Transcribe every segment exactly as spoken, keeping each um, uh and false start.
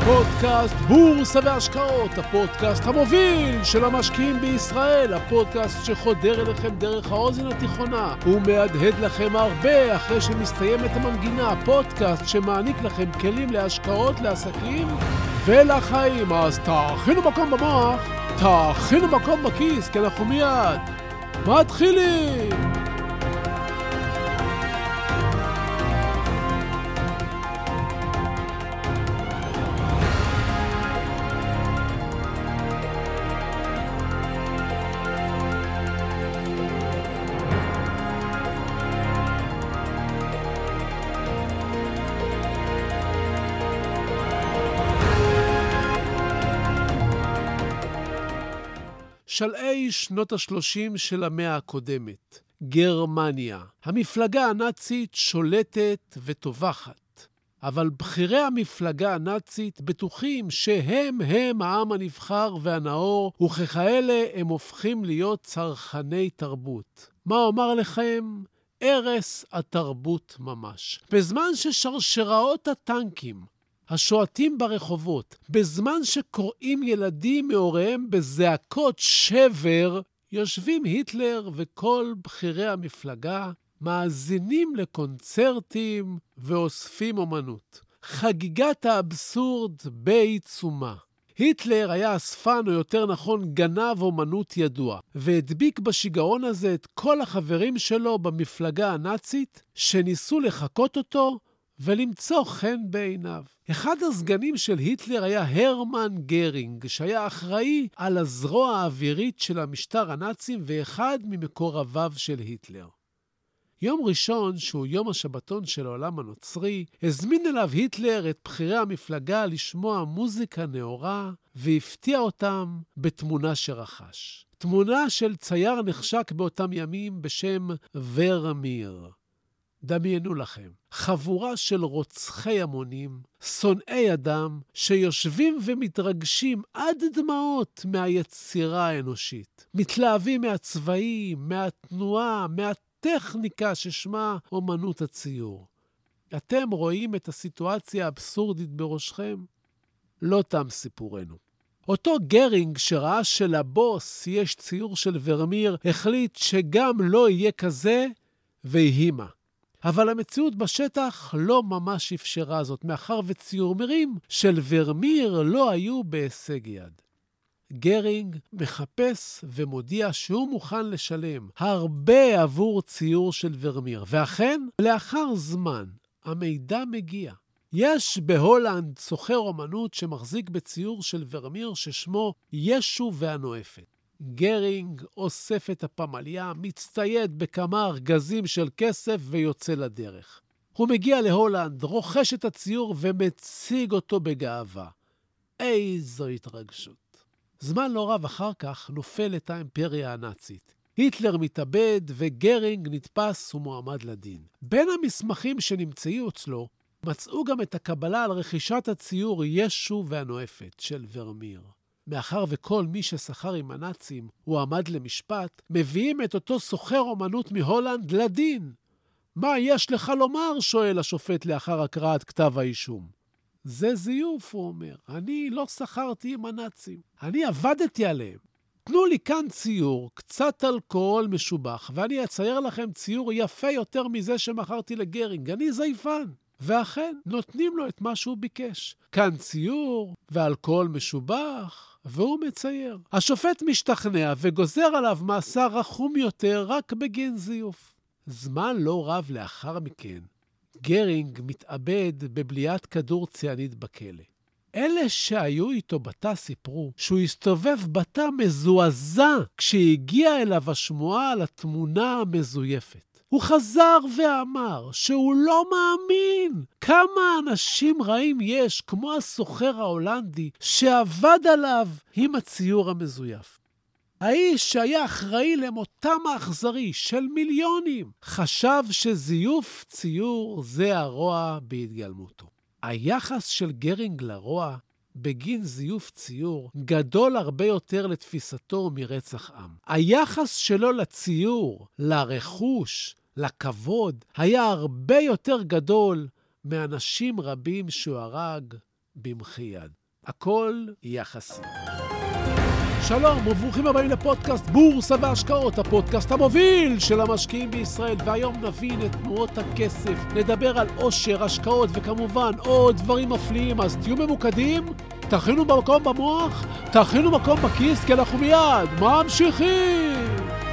פודקאסט בורסה והשקעות, הפודקאסט המוביל של המשקיעים בישראל, הפודקאסט שחודר אליכם דרך האוזן התיכונה ומהדהד לכם הרבה אחרי שמסתיימת המנגינה, הפודקאסט שמעניק לכם כלים להשקעות, לעסקים ולחיים. אז תאכינו מקום במוח, תאכינו מקום בכיס, כי אנחנו מיד מתחילים. שלהי שנות ה-שלושים של המאה הקודמת, גרמניה. המפלגה הנאצית שולטת וטובחת, אבל בכירי המפלגה הנאצית בטוחים שהם הם העם הנבחר והנאור, וככאלה הם הופכים להיות צרכני תרבות. מה אומר לכם? ערש התרבות ממש. בזמן ששרשראות הטנקים השועטים ברחובות, בזמן שקוראים ילדים מהוריהם בזעקות שבר, יושבים היטלר וכל בכירי המפלגה, מאזינים לקונצרטים ואוספים אומנות. חגיגת האבסורד בעיצומה. היטלר היה אספן, או יותר נכון גנב אומנות ידוע, והדביק בשיגעון הזה את כל החברים שלו במפלגה הנאצית, שניסו לחקות אותו ולמצוא חן בעיניו. אחד הסגנים של היטלר היה הרמן גרינג, שהיה אחראי על הזרוע האווירית של המשטר הנאצים ואחד ממקורביו של היטלר. יום ראשון, שהוא יום השבתון של העולם הנוצרי, הזמין אליו היטלר את בכירי המפלגה לשמוע מוזיקה נאורה, והפתיע אותם בתמונה שרכש. תמונה של צייר נחשק באותם ימים בשם ורמיר. דמיינו לכם, חבורה של רוצחי המונים, שונאי אדם, שיושבים ומתרגשים עד דמעות מהיצירה האנושית. מתלהבים מהצבעים, מהתנועה, מהטכניקה ששמה אומנות הציור. אתם רואים את הסיטואציה האבסורדית בראשכם? לא תם סיפורנו. אותו גרינג שראה שלבוס יש ציור של ורמיר, החליט שגם לא יהיה כזה והימה. אבל המציאות בשטח לא ממש אפשרה זאת, מאחר וציורים של ורמיר לא היו בהישג יד. גרינג מחפש ומודיע שהוא מוכן לשלם הרבה עבור ציור של ורמיר, ואכן, לאחר זמן, המידע מגיע. יש בהולנד סוחר אומנות שמחזיק בציור של ורמיר ששמו ישו והנואפת. גרינג אוסף את הפמליה, מצטייד בכמה ארגזים של כסף ויוצא לדרך. הוא מגיע להולנד, רוכש את הציור ומציג אותו בגאווה. איזו התרגשות. זמן לא רב אחר כך נופלת האימפריה הנאצית. היטלר מתאבד וגרינג נתפס ומועמד לדין. בין המסמכים שנמצאו אצלו, מצאו גם את הקבלה על רכישת הציור ישו והנואפת של ורמיר. מאחר וכל מי ששכר עם הנאצים הוא עמד למשפט, מביאים את אותו סוחר אומנות מהולנד לדין. מה יש לך לומר? שואל השופט לאחר הקראת כתב האישום. זה זיוף, הוא אומר. אני לא שכרתי עם הנאצים. אני עבדתי עליהם. תנו לי כאן ציור, קצת אלכוהול משובח, ואני אצייר לכם ציור יפה יותר מזה שמכרתי לגרינג. אני זייפן. ואכן, נותנים לו את מה שהוא ביקש. כאן ציור ואלכוהול משובח, והוא מצייר. השופט משתכנע וגוזר עליו מאסר רחום יותר רק בגין זיוף. זמן לא רב לאחר מכן, גרינג מתאבד בבליעת כדור ציאנית בכלא. אלה שהיו איתו בתא סיפרו שהוא הסתובב בתא מזועזע כשהגיע אליו השמועה על התמונה המזויפת. הוא חזר ואמר שהוא לא מאמין כמה אנשים רעים יש, כמו הסוחר ההולנדי שעבד עליו עם הציור המזויף. האיש שהיה אחראי למותם האכזרי של מיליונים חשב שזיוף ציור זה הרוע בהתגלמותו. היחס של גרינג לרוע בגין זיוף ציור גדול הרבה יותר לתפיסתו מרצח עם. היחס שלו לציור, לרכוש, לכבוד, היה הרבה יותר גדול מאנשים רבים שהוא הרג במחי יד. הכל יחסי. שלום וברוכים הבאים לפודקאסט בורסה והשקעות, הפודקאסט המוביל של המשקיעים בישראל, והיום נבין את תנועות הכסף, נדבר על עושר, השקעות וכמובן עוד דברים מפליאים, אז תהיו ממוקדים, תכינו במקום במוח, תכינו מקום בכיס, כי אנחנו מיד ממשיכים.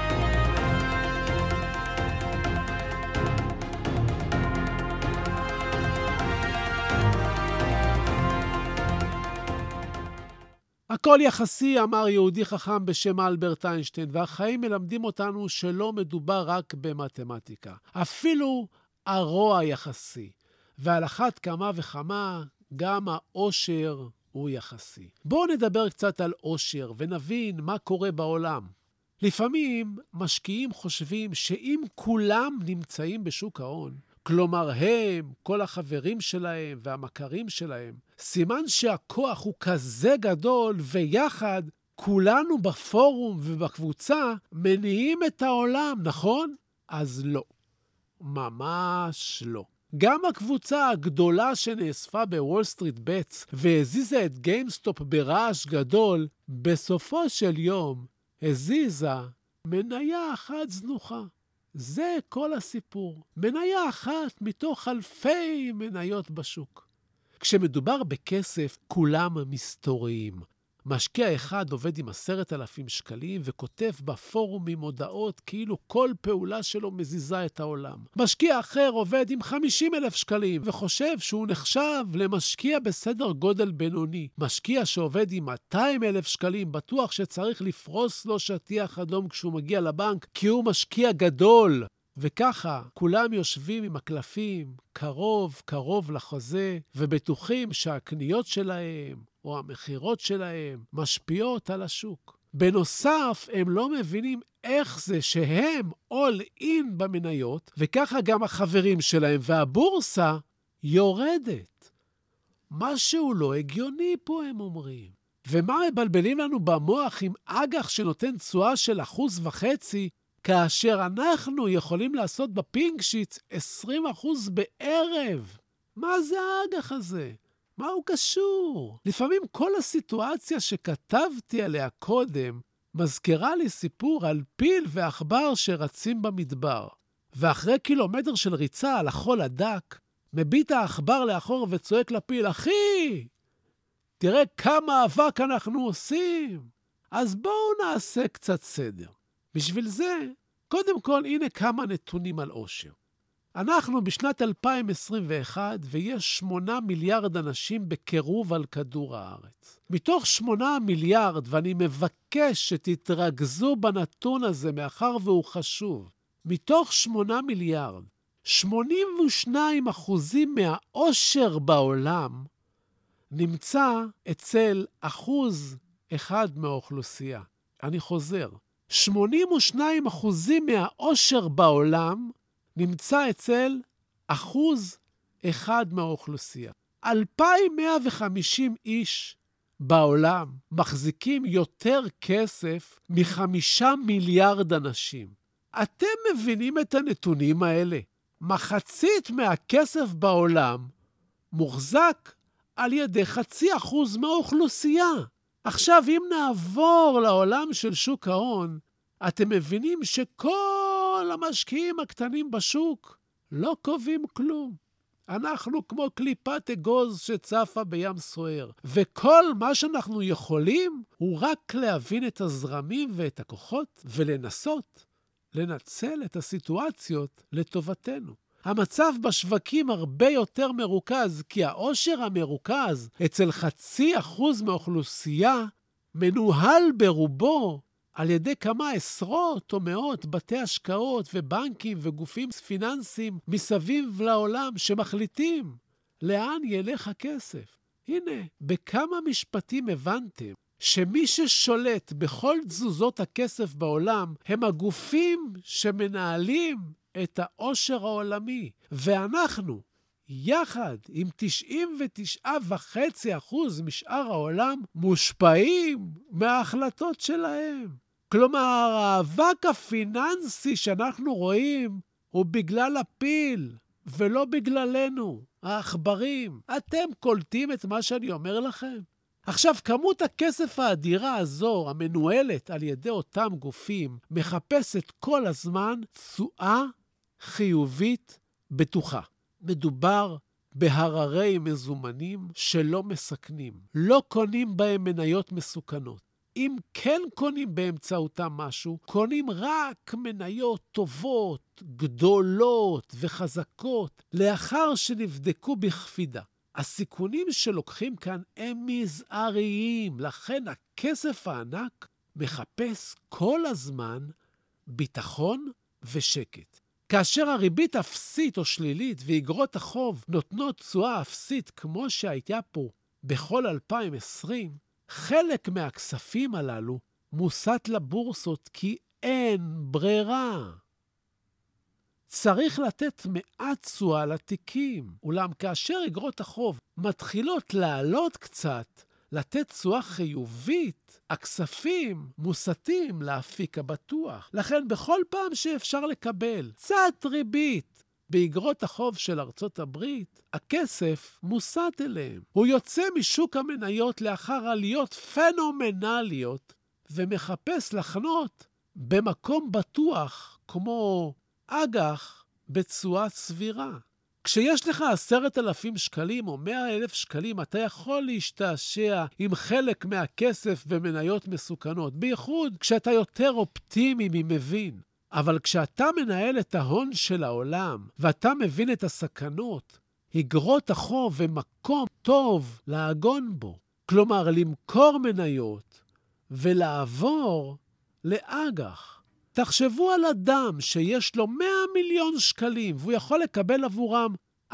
הכל יחסי, אמר יהודי חכם בשם אלברט איינשטיין, והחיים מלמדים אותנו שלא מדובר רק במתמטיקה. אפילו הרוע יחסי, ועל אחת כמה וכמה גם העושר הוא יחסי. בואו נדבר קצת על עושר ונבין מה קורה בעולם. לפעמים משקיעים חושבים שאם כולם נמצאים בשוק ההון, כלומר הם, כל החברים שלהם והמכרים שלהם, סימן שהכוח הוא כזה גדול ויחד כולנו בפורום ובקבוצה מניעים את העולם, נכון? אז לא. ממש לא. גם הקבוצה הגדולה שנאספה בוול סטריט בטס והזיזה את גיימסטופ ברעש גדול, בסופו של יום הזיזה מניה אחת זנוחה. זה כל הסיפור. מניה אחת מתוך אלפי מניות בשוק. כשמדובר בכסף, כולם מסתוריים. משקיע אחד עובד עם עשרת אלפים שקלים וכותב בפורומים הודעות כאילו כל פעולה שלו מזיזה את העולם. משקיע אחר עובד עם חמישים אלף שקלים וחושב שהוא נחשב למשקיע בסדר גודל בינוני. משקיע שעובד עם מאתיים אלף שקלים בטוח שצריך לפרוס לו שטיח אדום כשהוא מגיע לבנק כי הוא משקיע גדול. וככה כולם יושבים עם הקלפים קרוב קרוב לחוזה ובטוחים שהקניות שלהם או המחירות שלהם משפיעות על השוק. בנוסף, הם לא מבינים איך זה שהם all in במניות, וככה גם החברים שלהם, והבורסה יורדת. משהו לא הגיוני פה, הם אומרים. ומה מבלבלים לנו במוח עם אג"ח שנותן תשואה של אחוז וחצי, כאשר אנחנו יכולים לעשות בפינק שיטס עשרים אחוז בערב? מה זה האג"ח הזה? מה הוא קשור? לפעמים כל הסיטואציה שכתבתי עליה קודם מזכירה לי סיפור על פיל ועכבר שרצים במדבר. ואחרי קילומטר של ריצה על החול הדק, מביט העכבר לאחור וצועק לפיל, אחי, תראה כמה אבק אנחנו עושים. אז בואו נעשה קצת סדר. בשביל זה, קודם כל, הנה כמה נתונים על עושר. אנחנו בשנת אלפיים עשרים ואחת ויש שמונה מיליארד אנשים בקירוב על כדור הארץ. מתוך שמונה מיליארד, ואני מבקש שתתרכזו בנתון הזה מאחר והוא חשוב, מתוך שמונה מיליארד, שמונים ושניים אחוזים מהעושר בעולם נמצא אצל אחוז אחד מהאוכלוסייה. אני חוזר, שמונים ושניים אחוזים מהעושר בעולם נמצא אצל אחוז אחד מהאוכלוסייה. אלפיים מאה וחמישים איש בעולם מחזיקים יותר כסף מחמישה מיליארד אנשים. אתם מבינים את הנתונים האלה? מחצית מהכסף בעולם מוחזק על ידי חצי אחוז מהאוכלוסייה. עכשיו, אם נעבור לעולם של שוק ההון, אתם מבינים שכל המשקיעים הקטנים בשוק לא קובעים כלום. אנחנו כמו קליפת אגוז שצפה בים סוער. וכל מה שאנחנו יכולים הוא רק להבין את הזרמים ואת הכוחות ולנסות לנצל את הסיטואציות לטובתנו. המצב בשווקים הרבה יותר מרוכז, כי העושר המרוכז אצל חצי אחוז מהאוכלוסייה מנוהל ברובו על ידי כמה עשרות או מאות בתי השקעות ובנקים וגופים פיננסיים מסביב לעולם שמחליטים לאן ילך הכסף. הנה, בכמה משפטים הבנתם שמי ששולט בכל תזוזות הכסף בעולם הם הגופים שמנהלים את העושר העולמי. ואנחנו, יחד עם תשעים ותשעה נקודה חמש אחוז משאר העולם, מושפעים מההחלטות שלהם. כלומר, האבק הפיננסי שאנחנו רואים הוא בגלל הפיל, ולא בגללנו, העכברים. אתם קולטים את מה שאני אומר לכם? עכשיו, כמות הכסף האדירה הזו, המנוהלת על ידי אותם גופים, מחפשת כל הזמן תשואה חיובית בטוחה. מדובר בהררי מזומנים שלא מסכנים. לא קונים בהם מניות מסוכנות. אם כן קונים באמצעותם משהו, קונים רק מניות טובות, גדולות וחזקות, לאחר שנבדקו בכפידה. הסיכונים שלוקחים כאן הם מזעריים, לכן הכסף הענק מחפש כל הזמן ביטחון ושקט. כאשר הריבית אפסית או שלילית ואגרות החוב נותנות תשואה אפסית כמו שהייתה פה בכל אלפיים ועשרים, חלק מהכספים הללו מוסט לבורסות כי אין ברירה. צריך לתת מעט תשואה לתיקים, אולם כאשר אגרות החוב מתחילות לעלות קצת, לתת תשואה חיובית, הכספים מוסטים לאפיק הבטוח. לכן בכל פעם שאפשר לקבל קצת ריבית באגרות החוב של ארצות הברית, הכסף מוסט אליהם. הוא יוצא משוק המניות לאחר עליות פנומנליות, ומחפש לחנות במקום בטוח כמו אג"ח בתשואה סבירה. כשיש לך עשרת אלפים שקלים או מאה אלף שקלים, אתה יכול להשתעשע עם חלק מהכסף במניות מסוכנות, בייחוד כשאתה יותר אופטימי ממבין. אבל כשאתה מנהל את ההון של העולם, ואתה מבין את הסכנות, אגרות החוב ומקום טוב לעגון בו. כלומר, למכור מניות ולעבור לאג"ח. תחשבו על אדם שיש לו מאה מיליון שקלים, והוא יכול לקבל עבורם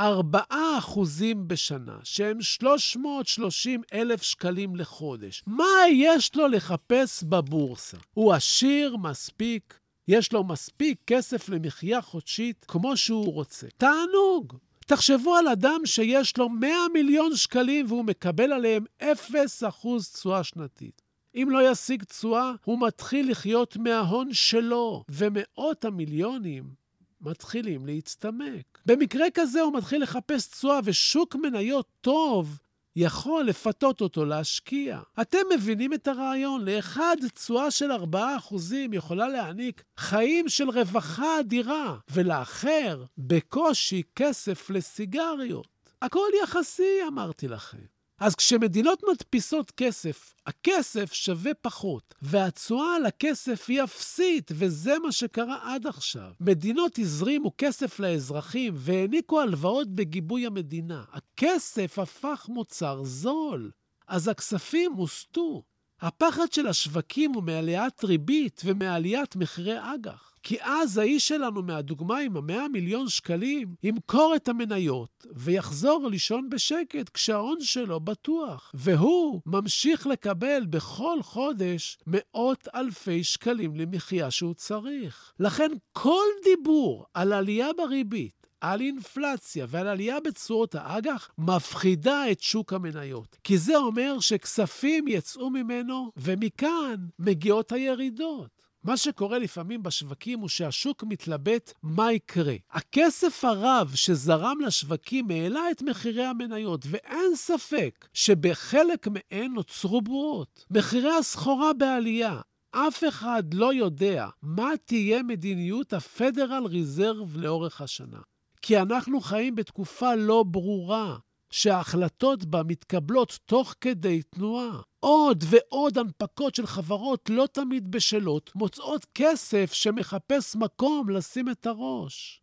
ארבעה אחוזים בשנה, שהם שלוש מאות ושלושים אלף שקלים לחודש. מה יש לו לחפש בבורסה? הוא עשיר מספיק, יש לו מספיק כסף למחיה חודשית כמו שהוא רוצה. תענוג! תחשבו על אדם שיש לו מאה מיליון שקלים והוא מקבל עליהם אפס אחוז תשואה שנתית. אם לא ישיג תשואה, הוא מתחיל לחיות מההון שלו, ומאות המיליונים מתחילים להצטמק. במקרה כזה הוא מתחיל לחפש תשואה, ושוק מניות טוב יכול לפתות אותו להשקיע. אתם מבינים את הרעיון? לאחד תשואה של ארבעה אחוזים יכולה להעניק חיים של רווחה אדירה, ולאחר בקושי כסף לסיגריות. הכל יחסי, אמרתי לכם. אז כשמדינות מדפיסות כסף, הכסף שווה פחות, והתשואה על הכסף היא אפסית, וזה מה שקרה עד עכשיו. מדינות הזרימו כסף לאזרחים והעניקו הלוואות בגיבוי המדינה. הכסף הפך מוצר זול, אז הכספים מוסתו. הפחד של השווקים הוא מעליית ריבית ומעליית מחירי אג"ח. כי אז האיש שלנו מהדוגמה עם המאה מיליון שקלים ימכור את המניות ויחזור לישון בשקט כשההון שלו בטוח. והוא ממשיך לקבל בכל חודש מאות אלפי שקלים למחיה שהוא צריך. לכן כל דיבור על עלייה בריבית, על אינפלציה ועל עלייה בתשואות האג"ח מפחידה את שוק המניות. כי זה אומר שכספים יצאו ממנו ומכאן מגיעות הירידות. מה שקורה לפעמים בשווקים הוא שהשוק מתלבט מה יקרה. הכסף הרב שזרם לשווקים העלה את מחירי המניות, ואין ספק שבחלק מהן נוצרו בועות. מחירי הסחורה בעלייה. אף אחד לא יודע מה תהיה מדיניות הפדרל ריזרב לאורך השנה. כי אנחנו חיים בתקופה לא ברורה, שההחלטות בה מתקבלות תוך כדי תנועה. עוד ועוד הנפקות של חברות לא תמיד בשלות, מוצאות כסף שמחפש מקום לשים את הראש.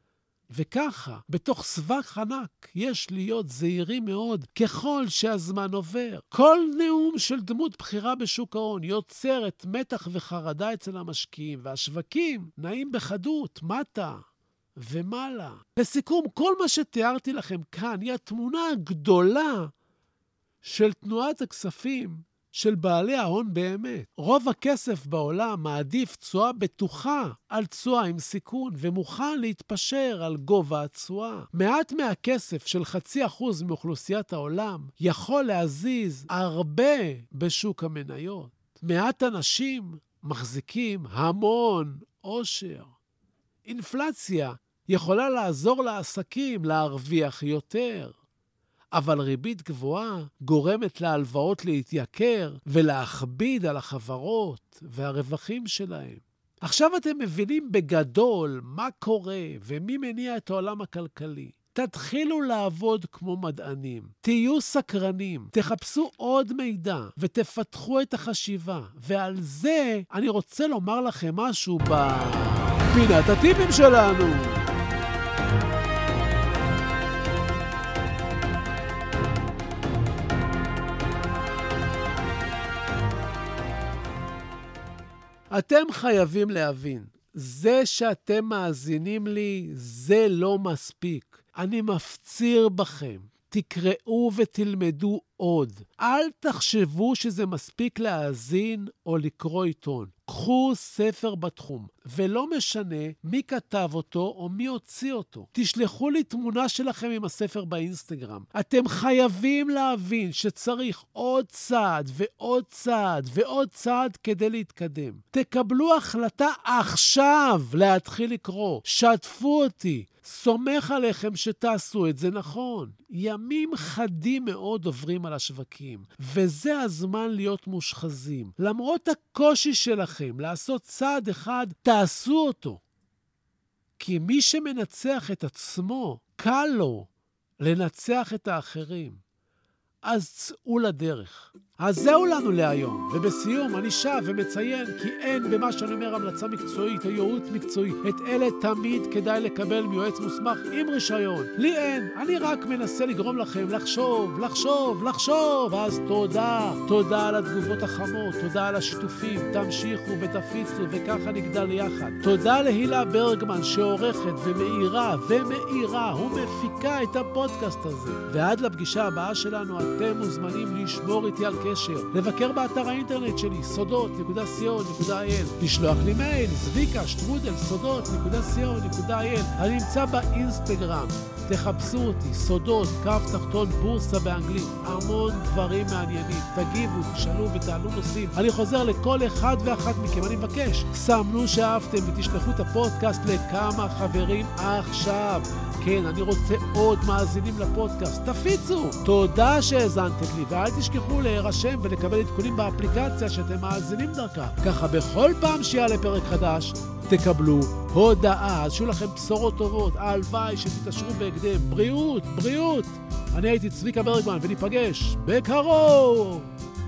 וככה, בתוך סבך ענק, יש להיות זהירים מאוד ככל שהזמן עובר. כל נאום של דמות בחירה בשוק ההון יוצרת מתח וחרדה אצל המשקיעים, והשווקים נעים בחדות, מטה ומעלה. לסיכום, כל מה שתיארתי לכם כאן היא התמונה הגדולה של תנועת הכספים של בעלי ההון באמת. רוב הכסף בעולם מעדיף תשואה בטוחה על תשואה עם סיכון, ומוכן להתפשר על גובה התשואה. מעט מהכסף של חצי אחוז מאוכלוסיית העולם יכול להזיז הרבה בשוק המניות. מעט אנשים מחזיקים המון עושר. אינפלציה יכולה לעזור לעסקים להרוויח יותר. אבל ריבית גבוהה גורמת להלוואות להתייקר ולהכביד על החברות והרווחים שלהם. עכשיו אתם מבינים בגדול מה קורה ומי מניע את העולם הכלכלי. תתחילו לעבוד כמו מדענים, תהיו סקרנים, תחפשו עוד מידע ותפתחו את החשיבה. ועל זה אני רוצה לומר לכם משהו בפינת הטיפים שלנו. אתם חייבים להבין, זה שאתם מאזינים לי, זה לא מספיק. אני מפציר בכם, תקראו ותלמדו עוד. אל תחשבו שזה מספיק להאזין או לקרוא עיתון. קחו ספר בתחום, ולא משנה מי כתב אותו או מי הוציא אותו. תשלחו לי תמונה שלכם עם הספר באינסטגרם. אתם חייבים להבין שצריך עוד צעד ועוד צעד ועוד צעד כדי להתקדם. תקבלו החלטה עכשיו להתחיל לקרוא. שתפו אותי. סומך עליכם שתעשו את זה נכון. ימים חדים מאוד עוברים על השווקים, וזה הזמן להיות מושחזים. למרות הקושי שלכם לעשות צעד אחד, תעשו אותו. כי מי שמנצח את עצמו, קל לו לנצח את האחרים. אז צאו לדרך. אז זהו לנו להיום, ובסיום אני שב ומציין כי אין במה שאני אומר המלצה מקצועית או ייעוץ מקצועי. את אלה תמיד כדאי לקבל מיועץ מוסמך עם רישיון. לי אין, אני רק מנסה לגרום לכם לחשוב, לחשוב, לחשוב. אז תודה, תודה על התגובות החמות, תודה על השיתופים, תמשיכו ותפיצו וככה נגדל יחד. תודה להילה ברגמן שעורכת ומאירה ומאירה ומפיקה את הפודקאסט הזה. ועד לפגישה הבאה שלנו אתם מוזמנים לשמור איתי על קשר, לבקר באתר האינטרנט שלי, סודות נקודה סי או נקודה איי אל, לשלוח לי מייל, זביקה, שטרודל, סודות נקודה סי או נקודה איי אל. אני נמצא באינסטגרם, תחפשו אותי, סודות, קו תחתון, בורסה באנגלית, המון דברים מעניינים. תגיבו, תשאלו ותעלו נושאים. אני חוזר לכל אחד ואחת מכם, אני מבקש, סמנו שאהבתם ותשלחו את הפודקאסט לכמה חברים עכשיו. כן, אני רוצה עוד מאזינים לפודקאסט. תפיצו! תודה שהאזנתם לי, ואל תשכחו להירשם ולקבל עדכונים באפליקציה שאתם מאזינים דרכה. ככה בכל פעם שיעלה פרק חדש, תקבלו הודעה. אז שיהיו לכם בשורות טובות, הלוואי שתתעשרו בהקדם. בריאות, בריאות! אני הייתי צביקה ברגמן, וניפגש בקרוב!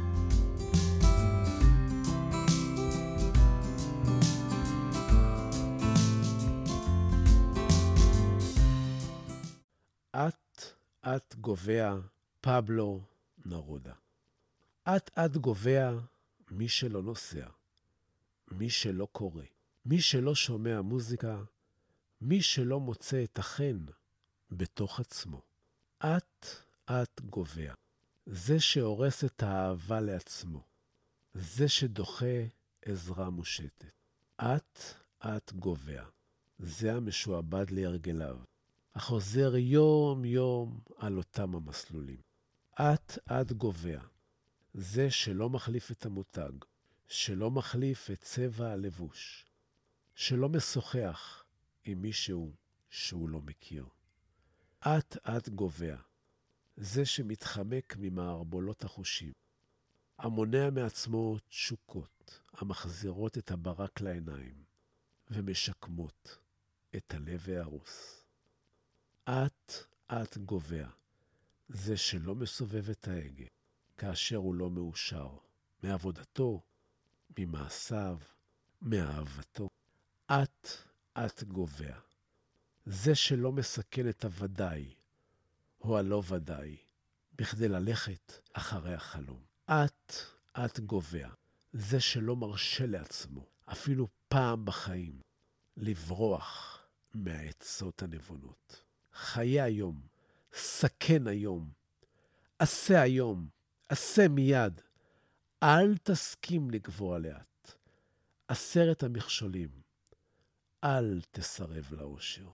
את, את גובע, פבלו נרודה. את, את גובע, מי שלא נוסע, מי שלא קורא, מי שלא שומע מוזיקה, מי שלא מוצא את החן בתוך עצמו. את, את גובע, זה שהורס את האהבה לעצמו, זה שדוחה עזרה מושטת. את, את גובע, זה המשועבד להרגליו, החוזר יום יום על אותם המסלולים. את, את גובע, זה שלא מחליף את המותג, שלא מחליף את צבע הלבוש, שלא משוחח עם מישהו שהוא לא מכיר. את, את גובע, זה שמתחמק ממערבולות החושים, המונע מעצמו תשוקות, המחזירות את הברק לעיניים, ומשקמות את הלב ההרוס. את, את גובע, זה שלא מסובב את ההגה, כאשר הוא לא מאושר, מעבודתו, ממעשיו, מאהבתו. את, את גובע, זה שלא מסכן את הוודאי, או הלא ודאי, בכדי ללכת אחרי החלום. את, את גובע, זה שלא מרשה לעצמו, אפילו פעם בחיים, לברוח מהעצות הנבונות. חיה היום, סכן היום, עשה היום, עשה מיד. אל תסכים לגבוה לאט. עשרת המכשולים, אל תסרב לאושר.